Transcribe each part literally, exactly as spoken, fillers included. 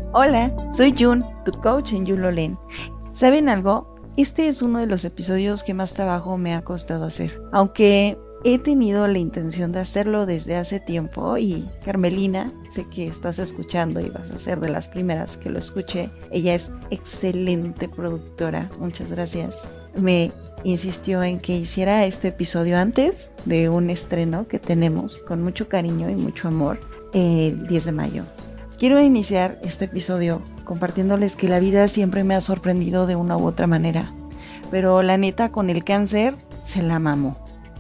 Hola, soy Jun, tu coach en Yulolen. ¿Saben algo? Este es uno de los episodios que más trabajo me ha costado hacer. Aunque he tenido la intención de hacerlo desde hace tiempo y Carmelina, sé que estás escuchando y vas a ser de las primeras que lo escuche. Ella es excelente productora, muchas gracias. Me insistió en que hiciera este episodio antes de un estreno que tenemos con mucho cariño y mucho amor el diez de mayo. Quiero iniciar este episodio compartiéndoles que la vida siempre me ha sorprendido de una u otra manera, pero la neta con el cáncer se la mamó.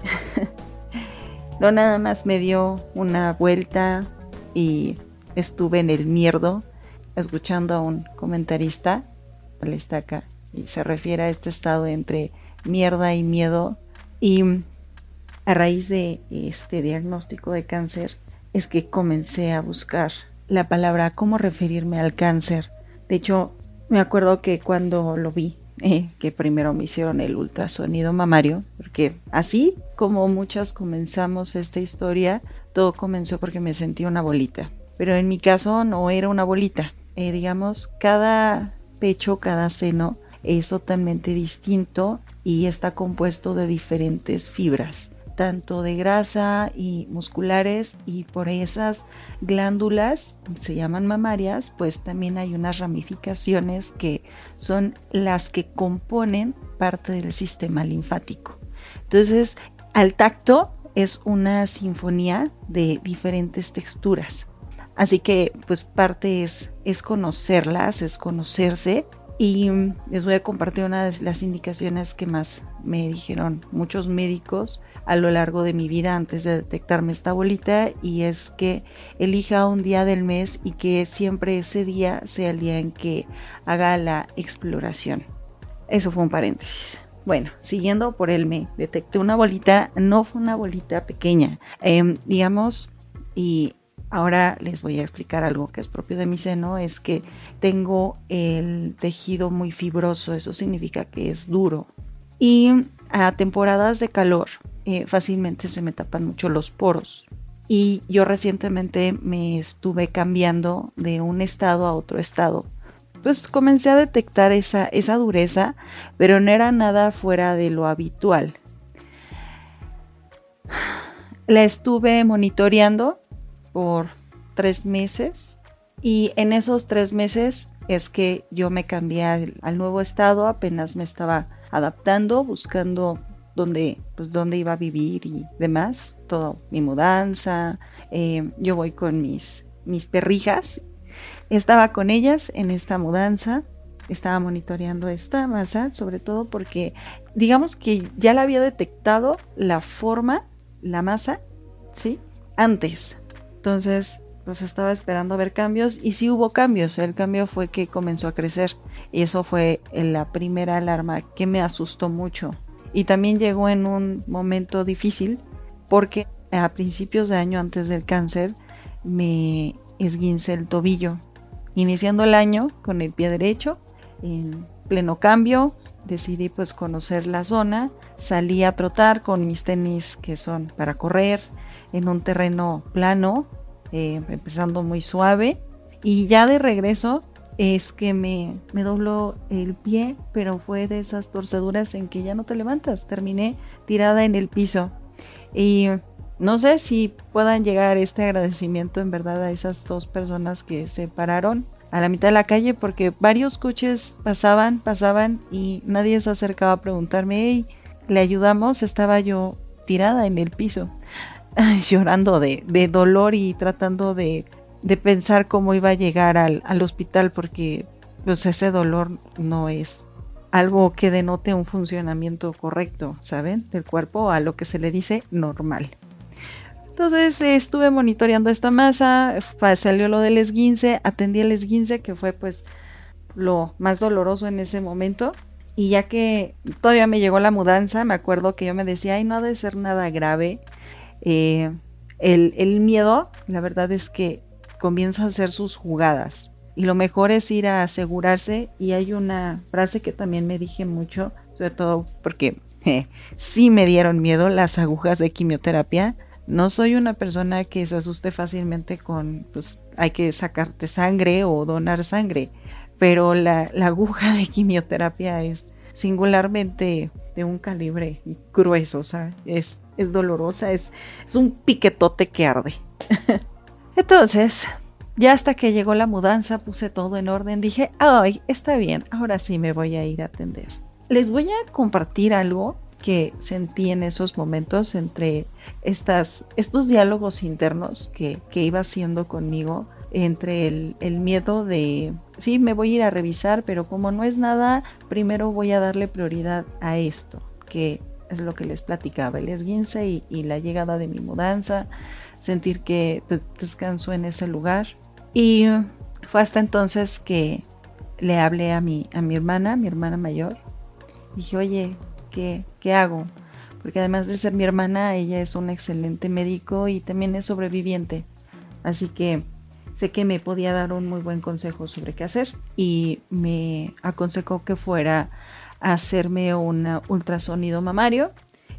No nada más me dio una vuelta y estuve en el mierdo escuchando a un comentarista, la estaca, y se refiere a este estado entre mierda y miedo, y a raíz de este diagnóstico de cáncer es que comencé a buscar la palabra cómo referirme al cáncer. De hecho, me acuerdo que cuando lo vi, eh, que primero me hicieron el ultrasonido mamario, porque así como muchas comenzamos esta historia, todo comenzó porque me sentí una bolita. Pero en mi caso no era una bolita. Eh, digamos, cada pecho, cada seno es totalmente distinto y está compuesto de diferentes fibras, tanto de grasa y musculares, y por esas glándulas, se llaman mamarias, pues también hay unas ramificaciones que son las que componen parte del sistema linfático. Entonces, al tacto es una sinfonía de diferentes texturas. Así que, pues parte es, es conocerlas, es conocerse. Y les voy a compartir una de las indicaciones que más me dijeron muchos médicos a lo largo de mi vida antes de detectarme esta bolita, y es que elija un día del mes y que siempre ese día sea el día en que haga la exploración. Eso fue un paréntesis. Bueno, siguiendo por él, me detecté una bolita, no fue una bolita pequeña, eh, digamos, y ahora les voy a explicar algo que es propio de mi seno, es que tengo el tejido muy fibroso, eso significa que es duro. Y a temporadas de calor eh, fácilmente se me tapan mucho los poros. Y yo recientemente me estuve cambiando de un estado a otro estado. Pues comencé a detectar esa, esa dureza, pero no era nada fuera de lo habitual. La estuve monitoreando por tres meses y en esos tres meses es que yo me cambié al, al nuevo estado, apenas me estaba adaptando, buscando dónde, pues, dónde iba a vivir y demás, toda mi mudanza. Eh, yo voy con mis, mis perrijas, estaba con ellas en esta mudanza, estaba monitoreando esta masa, sobre todo porque digamos que ya la había detectado la forma, la masa, ¿sí? Antes. Entonces, pues estaba esperando ver cambios, y sí hubo cambios. El cambio fue que comenzó a crecer, y eso fue la primera alarma que me asustó mucho. Y también llegó en un momento difícil, porque a principios de año, antes del cáncer, me esguincé el tobillo. Iniciando el año con el pie derecho, en pleno cambio, decidí pues conocer la zona, salí a trotar con mis tenis que son para correr, en un terreno plano, eh, empezando muy suave, y ya de regreso es que me, me dobló el pie, pero fue de esas torceduras en que ya no te levantas. Terminé tirada en el piso, y no sé si puedan llegar este agradecimiento en verdad a esas dos personas que se pararon a la mitad de la calle, porque varios coches pasaban, pasaban y nadie se acercaba a preguntarme, hey, ¿le ayudamos? Estaba yo tirada en el piso, llorando de, de dolor y tratando de, de pensar cómo iba a llegar al, al hospital, porque pues ese dolor no es algo que denote un funcionamiento correcto, ¿saben? Del cuerpo, a lo que se le dice normal. Entonces eh, estuve monitoreando esta masa, salió lo del esguince, atendí el esguince, que fue pues lo más doloroso en ese momento. Y ya que todavía me llegó la mudanza, me acuerdo que yo me decía, ay, no ha de ser nada grave. Eh, el, el miedo, la verdad es que comienza a hacer sus jugadas, y lo mejor es ir a asegurarse. Y hay una frase que también me dije mucho, sobre todo porque eh, sí me dieron miedo las agujas de quimioterapia. No soy una persona que se asuste fácilmente con, pues, hay que sacarte sangre o donar sangre, pero la, la aguja de quimioterapia es singularmente de un calibre grueso, o sea, es, es dolorosa, es, es un piquetote que arde. Entonces, ya hasta que llegó la mudanza, puse todo en orden, dije, ay, está bien, ahora sí me voy a ir a atender. Les voy a compartir algo que sentí en esos momentos entre estas, estos diálogos internos que, que iba haciendo conmigo, entre el, el miedo de, sí, me voy a ir a revisar, pero como no es nada, primero voy a darle prioridad a esto, que es lo que les platicaba, el esguince y, y la llegada de mi mudanza, sentir que pues, descanso en ese lugar. Y fue hasta entonces que le hablé a mi, a mi hermana, mi hermana mayor. Dije, oye, ¿qué, qué hago? Porque además de ser mi hermana, ella es un excelente médico y también es sobreviviente. Así que sé que me podía dar un muy buen consejo sobre qué hacer. Y me aconsejó que fuera a hacerme un ultrasonido mamario.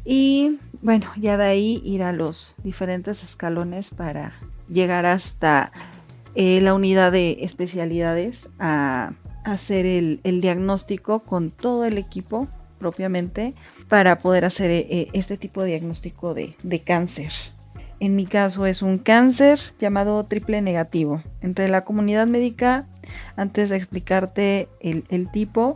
Y bueno, ya de ahí ir a los diferentes escalones para llegar hasta eh, la unidad de especialidades a hacer el, el diagnóstico con todo el equipo propiamente para poder hacer eh, este tipo de diagnóstico de, de cáncer. En mi caso es un cáncer llamado triple negativo. Entre la comunidad médica, antes de explicarte el, el tipo,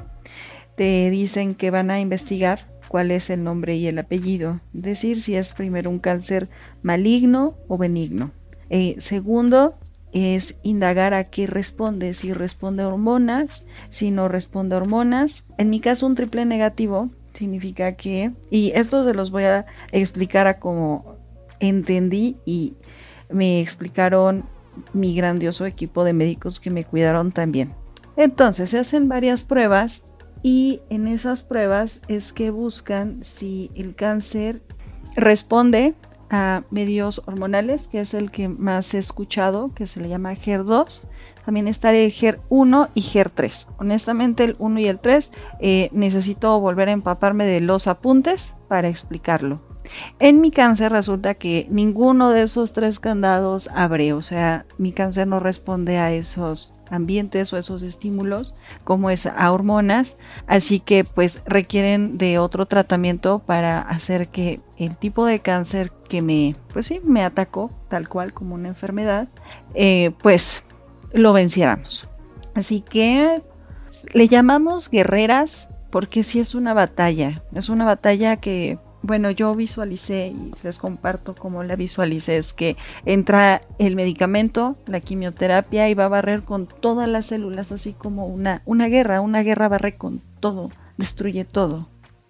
te dicen que van a investigar cuál es el nombre y el apellido, decir si es primero un cáncer maligno o benigno. Eh, segundo, es indagar a qué responde, si responde a hormonas, si no responde a hormonas. En mi caso, un triple negativo significa que, y esto se los voy a explicar a cómo entendí y me explicaron mi grandioso equipo de médicos que me cuidaron también. Entonces, se hacen varias pruebas y en esas pruebas es que buscan si el cáncer responde a medios hormonales, que es el que más he escuchado, que se le llama H E R dos. También está el H E R uno y H E R tres. Honestamente, el uno y el tres eh, necesito volver a empaparme de los apuntes para explicarlo. En mi cáncer resulta que ninguno de esos tres candados abre, o sea, mi cáncer no responde a esos ambientes o esos estímulos como es a hormonas, así que pues requieren de otro tratamiento para hacer que el tipo de cáncer que me, pues sí, me atacó tal cual como una enfermedad, eh, pues lo venciéramos. Así que le llamamos guerreras porque sí es una batalla, es una batalla que bueno, yo visualicé y les comparto cómo la visualicé, es que entra el medicamento, la quimioterapia y va a barrer con todas las células, así como una, una guerra, una guerra barre con todo, destruye todo.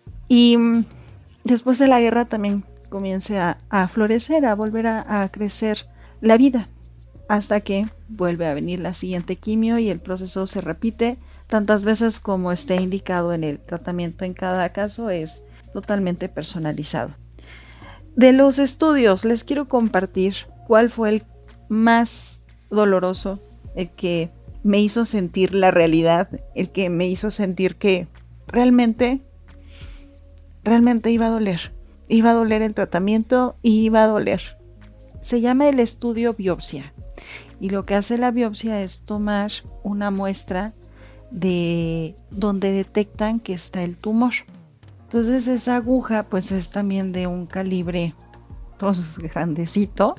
Y después de la guerra también comienza a, a florecer, a volver a, a crecer la vida, hasta que vuelve a venir la siguiente quimio y el proceso se repite tantas veces como esté indicado en el tratamiento. En cada caso es totalmente personalizado. De los estudios les quiero compartir cuál fue el más doloroso, el que me hizo sentir la realidad, el que me hizo sentir que realmente, realmente iba a doler, iba a doler el tratamiento y iba a doler. Se llama el estudio biopsia y lo que hace la biopsia es tomar una muestra de donde detectan que está el tumor. Entonces esa aguja pues es también de un calibre pues grandecito,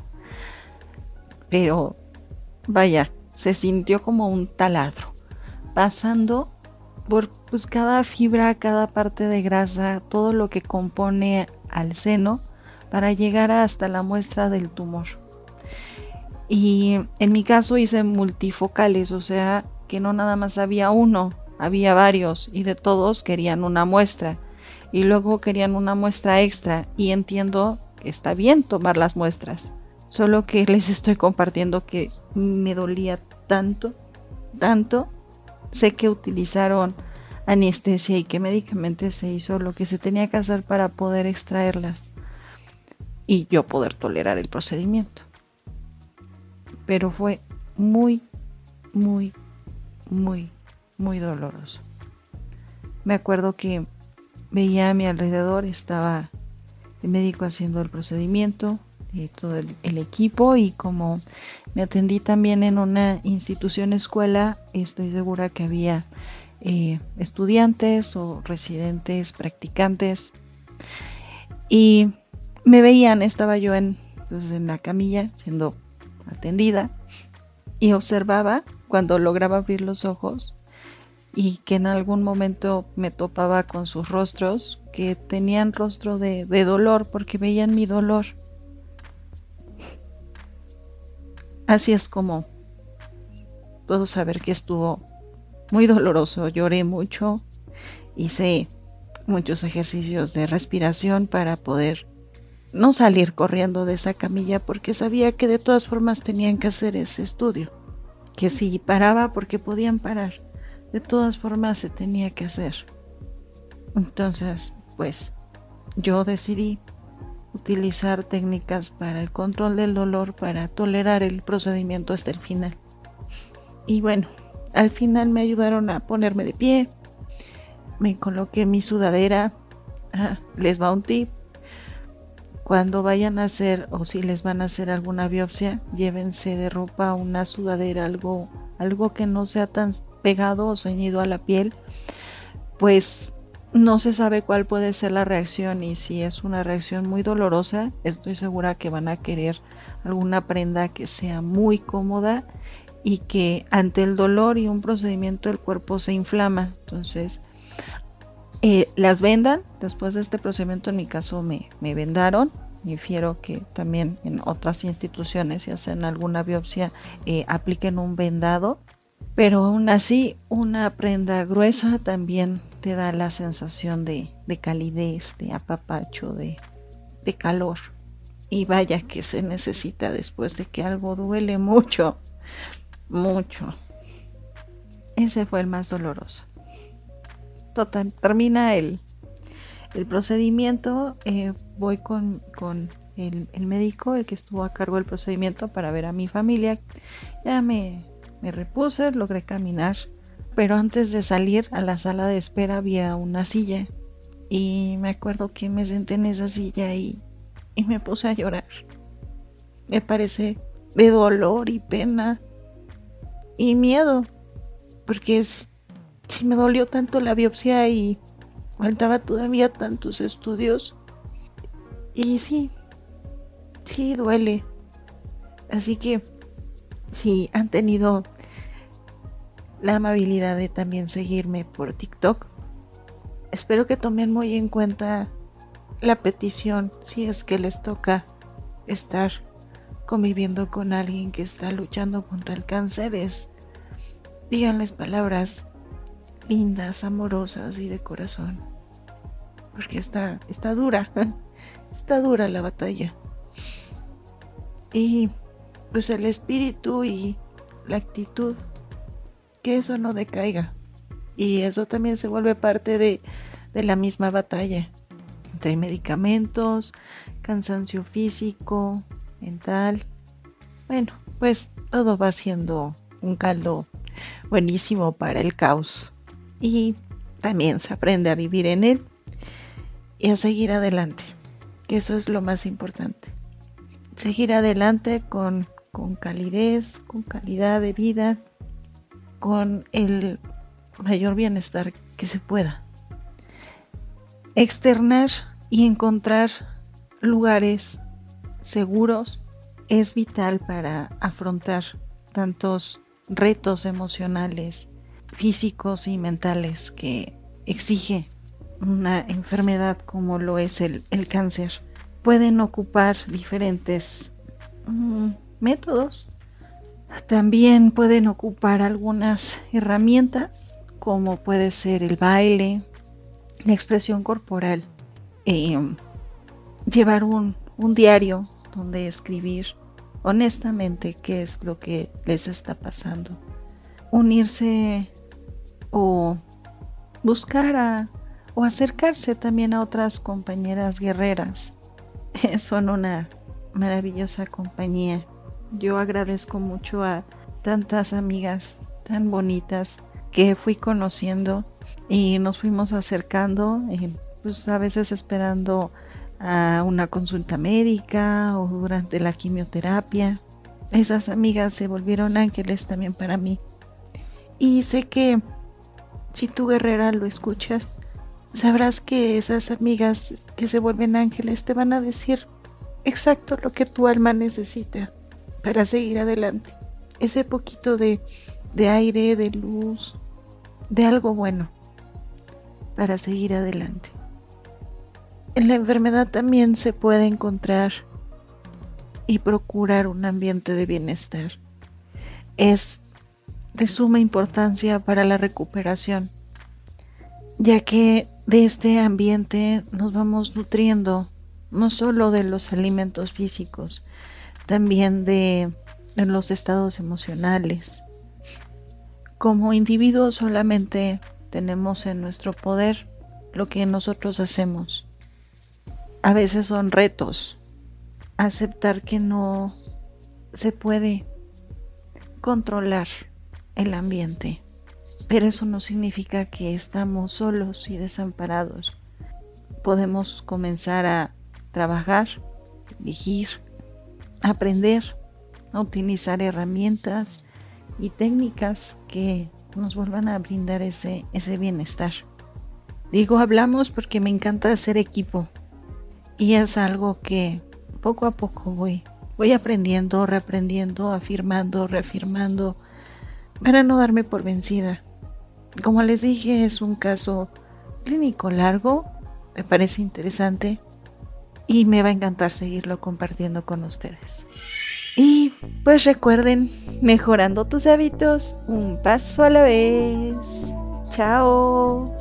pero vaya, se sintió como un taladro, pasando por pues cada fibra, cada parte de grasa, todo lo que compone al seno para llegar hasta la muestra del tumor. Y en mi caso hice multifocales, o sea que no nada más había uno, había varios y de todos querían una muestra. Y luego querían una muestra extra y entiendo que está bien tomar las muestras, solo que les estoy compartiendo que me dolía tanto, tanto. Sé que utilizaron anestesia y que médicamente se hizo lo que se tenía que hacer para poder extraerlas y yo poder tolerar el procedimiento, pero fue muy, muy, muy, muy doloroso. Me acuerdo que veía a mi alrededor, estaba el médico haciendo el procedimiento, eh, todo el, el equipo, y como me atendí también en una institución escuela, estoy segura que había eh, estudiantes o residentes, practicantes, y me veían, estaba yo en, pues, en la camilla siendo atendida y observaba cuando lograba abrir los ojos y que en algún momento me topaba con sus rostros que tenían rostro de, de dolor porque veían mi dolor. Así es como puedo saber que estuvo muy doloroso. Lloré mucho, hice muchos ejercicios de respiración para poder no salir corriendo de esa camilla, porque sabía que de todas formas tenían que hacer ese estudio, que si paraba, porque podían parar, de todas formas se tenía que hacer. Entonces, pues yo decidí utilizar técnicas para el control del dolor, para tolerar el procedimiento hasta el final. Y bueno, al final me ayudaron a ponerme de pie, me coloqué mi sudadera. Ah, les va un tip: cuando vayan a hacer, o si les van a hacer alguna biopsia, llévense de ropa una sudadera, algo, algo que no sea tan pegado o ceñido a la piel, pues no se sabe cuál puede ser la reacción, y si es una reacción muy dolorosa, estoy segura que van a querer alguna prenda que sea muy cómoda y que ante el dolor y un procedimiento el cuerpo se inflama. Entonces eh, las vendan. Después de este procedimiento, en mi caso me, me vendaron. Infiero que también en otras instituciones, si hacen alguna biopsia, eh, apliquen un vendado, pero aún así una prenda gruesa también te da la sensación de, de calidez, de apapacho, de, de calor. Y vaya que se necesita después de que algo duele mucho, mucho. Ese fue el más doloroso. Total, termina el, el procedimiento, eh, voy con, con el, el médico, el que estuvo a cargo del procedimiento, para ver a mi familia. Ya me, me repuse, logré caminar, pero antes de salir a la sala de espera había una silla, y me acuerdo que me senté en esa silla y, y me puse a llorar. Me parece de dolor y pena y miedo, porque es, si me dolió tanto la biopsia y faltaba todavía tantos estudios, y sí, sí duele. Así que si han tenido la amabilidad de también seguirme por TikTok, espero que tomen muy en cuenta la petición, si es que les toca estar conviviendo con alguien que está luchando contra el cáncer, es díganles palabras lindas, amorosas y de corazón, porque está, está dura, está dura la batalla. Y pues el espíritu y la actitud, que eso no decaiga, y eso también se vuelve parte de, de la misma batalla, entre medicamentos, cansancio físico, mental. Bueno, pues todo va siendo un caldo buenísimo para el caos, y también se aprende a vivir en él y a seguir adelante, que eso es lo más importante. Seguir adelante con, con calidez, con calidad de vida, con el mayor bienestar que se pueda. Externar y encontrar lugares seguros es vital para afrontar tantos retos emocionales, físicos y mentales que exige una enfermedad como lo es el, el cáncer. Pueden ocupar diferentes mm, métodos. También pueden ocupar algunas herramientas, como puede ser el baile, la expresión corporal, eh, llevar un, un diario donde escribir honestamente qué es lo que les está pasando, unirse o buscar a, o acercarse también a otras compañeras guerreras. Son una maravillosa compañía. Yo agradezco mucho a tantas amigas tan bonitas que fui conociendo y nos fuimos acercando, y pues a veces esperando a una consulta médica o durante la quimioterapia. Esas amigas se volvieron ángeles también para mí. Y sé que si tú, guerrera, lo escuchas, sabrás que esas amigas que se vuelven ángeles te van a decir exacto lo que tu alma necesita para seguir adelante. Ese poquito de, de aire, de luz, de algo bueno para seguir adelante. En la enfermedad también se puede encontrar y procurar un ambiente de bienestar. Es de suma importancia para la recuperación, ya que de este ambiente nos vamos nutriendo no solo de los alimentos físicos, también de, de los estados emocionales. Como individuos solamente tenemos en nuestro poder lo que nosotros hacemos. A veces son retos, aceptar que no se puede controlar el ambiente, pero eso no significa que estamos solos y desamparados. Podemos comenzar a trabajar, elegir, aprender a utilizar herramientas y técnicas que nos vuelvan a brindar ese, ese bienestar. Digo hablamos porque me encanta hacer equipo y es algo que poco a poco voy, voy aprendiendo, reaprendiendo, afirmando, reafirmando, para no darme por vencida. Como les dije, es un caso clínico largo, me parece interesante y me va a encantar seguirlo compartiendo con ustedes. Y pues recuerden, mejorando tus hábitos, un paso a la vez. Chao.